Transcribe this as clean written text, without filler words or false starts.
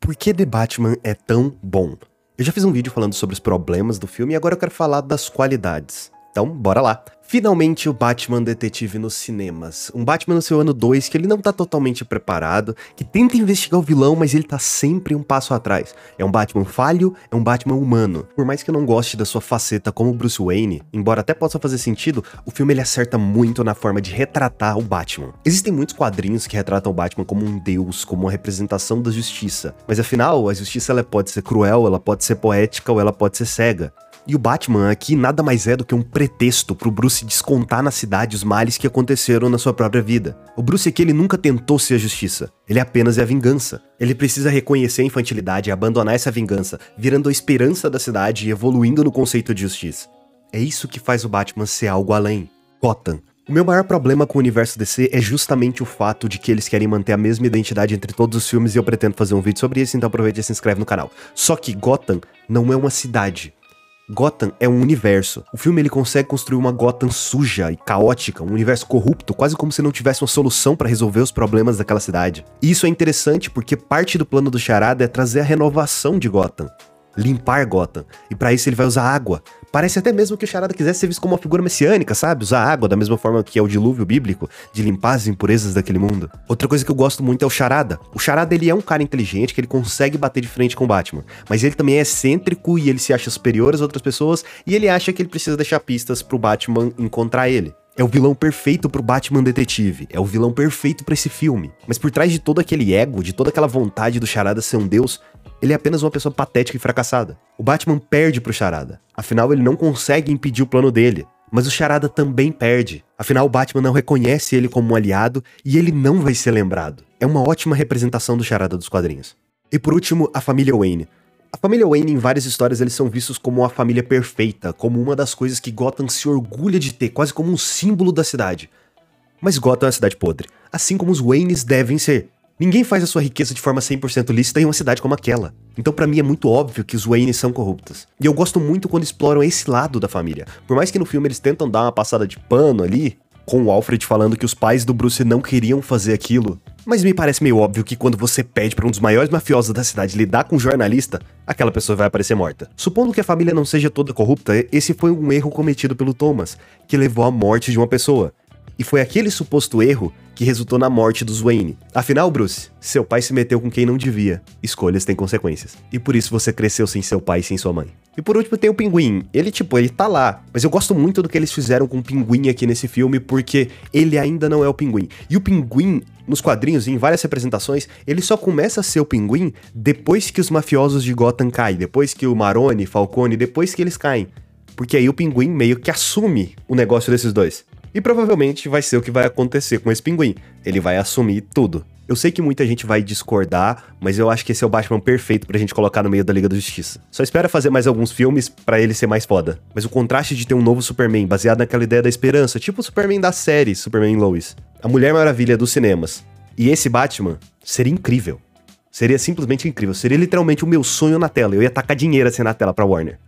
por que The Batman é tão bom? Eu já fiz um vídeo falando sobre os problemas do filme e agora eu quero falar das qualidades. Então, bora lá! Finalmente o Batman detetive nos cinemas. Um Batman no seu ano 2 que ele não tá totalmente preparado, que tenta investigar o vilão, mas ele tá sempre um passo atrás. É um Batman falho, é um Batman humano. Por mais que eu não goste da sua faceta como Bruce Wayne, embora até possa fazer sentido, o filme ele acerta muito na forma de retratar o Batman. Existem muitos quadrinhos que retratam o Batman como um deus, como uma representação da justiça. Mas afinal, a justiça ela pode ser cruel, ela pode ser poética ou ela pode ser cega. E o Batman aqui nada mais é do que um pretexto pro Bruce descontar na cidade os males que aconteceram na sua própria vida. O Bruce aqui ele nunca tentou ser a justiça, ele apenas é a vingança. Ele precisa reconhecer a infantilidade e abandonar essa vingança, virando a esperança da cidade e evoluindo no conceito de justiça. É isso que faz o Batman ser algo além. Gotham. O meu maior problema com o universo DC é justamente o fato de que eles querem manter a mesma identidade entre todos os filmes e eu pretendo fazer um vídeo sobre isso, então aproveita e se inscreve no canal. Só que Gotham não é uma cidade. Gotham é um universo. O filme ele consegue construir uma Gotham suja e caótica, um universo corrupto, quase como se não tivesse uma solução para resolver os problemas daquela cidade. E isso é interessante porque parte do plano do Charada é trazer a renovação de Gotham, limpar Gotham, e para isso ele vai usar água. Parece até mesmo que o Charada quisesse ser visto como uma figura messiânica, sabe? Usar água da mesma forma que é o dilúvio bíblico, de limpar as impurezas daquele mundo. Outra coisa que eu gosto muito é o Charada. O Charada ele é um cara inteligente que ele consegue bater de frente com o Batman, mas ele também é excêntrico e ele se acha superior às outras pessoas e ele acha que ele precisa deixar pistas pro Batman encontrar ele. É o vilão perfeito pro Batman detetive, é o vilão perfeito pra esse filme. Mas por trás de todo aquele ego, de toda aquela vontade do Charada ser um deus, ele é apenas uma pessoa patética e fracassada. O Batman perde pro Charada, afinal ele não consegue impedir o plano dele. Mas o Charada também perde, afinal o Batman não reconhece ele como um aliado e ele não vai ser lembrado. É uma ótima representação do Charada dos quadrinhos. E por último, a família Wayne. A família Wayne, em várias histórias, eles são vistos como uma família perfeita, como uma das coisas que Gotham se orgulha de ter, quase como um símbolo da cidade. Mas Gotham é uma cidade podre, assim como os Waynes devem ser. Ninguém faz a sua riqueza de forma 100% lícita em uma cidade como aquela. Então pra mim é muito óbvio que os Wayne são corruptos. E eu gosto muito quando exploram esse lado da família. Por mais que no filme eles tentam dar uma passada de pano ali, com o Alfred falando que os pais do Bruce não queriam fazer aquilo. Mas me parece meio óbvio que quando você pede pra um dos maiores mafiosos da cidade lidar com um jornalista, aquela pessoa vai aparecer morta. Supondo que a família não seja toda corrupta, esse foi um erro cometido pelo Thomas, que levou à morte de uma pessoa. E foi aquele suposto erro que resultou na morte dos Wayne. Afinal, Bruce, seu pai se meteu com quem não devia. Escolhas têm consequências. E por isso você cresceu sem seu pai e sem sua mãe. E por último tem o Pinguim. Ele tá lá. Mas eu gosto muito do que eles fizeram com o Pinguim aqui nesse filme, porque ele ainda não é o Pinguim. E o Pinguim, nos quadrinhos e em várias representações, ele só começa a ser o Pinguim depois que os mafiosos de Gotham caem. Depois que o Maroni, Falcone, depois que eles caem. Porque aí o Pinguim meio que assume o negócio desses dois. E provavelmente vai ser o que vai acontecer com esse Pinguim. Ele vai assumir tudo. Eu sei que muita gente vai discordar, mas eu acho que esse é o Batman perfeito pra gente colocar no meio da Liga da Justiça. Só espera fazer mais alguns filmes pra ele ser mais foda. Mas o contraste de ter um novo Superman, baseado naquela ideia da esperança, tipo o Superman da série, Superman Lois. A Mulher Maravilha dos cinemas. E esse Batman seria incrível. Seria simplesmente incrível. Seria literalmente o meu sonho na tela. Eu ia tacar dinheiro assim na tela pra Warner.